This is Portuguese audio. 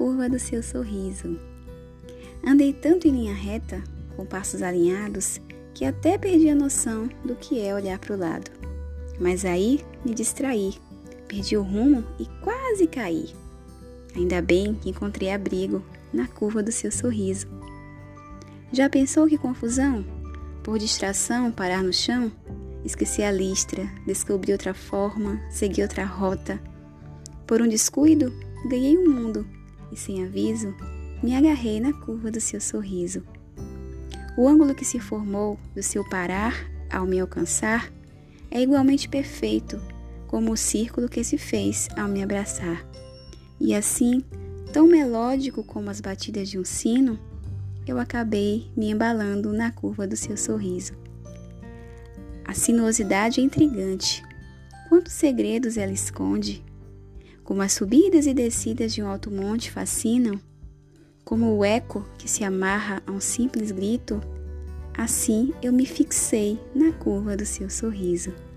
curva do seu sorriso. Andei tanto em linha reta, com passos alinhados, que até perdi a noção do que é olhar para o lado. Mas aí me distraí, perdi o rumo e quase caí. Ainda bem que encontrei abrigo na curva do seu sorriso. Já pensou que confusão? Por distração, parar no chão? Esqueci a listra, descobri outra forma, segui outra rota. Por um descuido, ganhei o mundo e, sem aviso, me agarrei na curva do seu sorriso. O ângulo que se formou do seu parar ao me alcançar é igualmente perfeito como o círculo que se fez ao me abraçar. E assim, tão melódico como as batidas de um sino, eu acabei me embalando na curva do seu sorriso. A sinuosidade é intrigante. Quantos segredos ela esconde? Como as subidas e descidas de um alto monte fascinam, como o eco que se amarra a um simples grito, assim eu me fixei na curva do seu sorriso.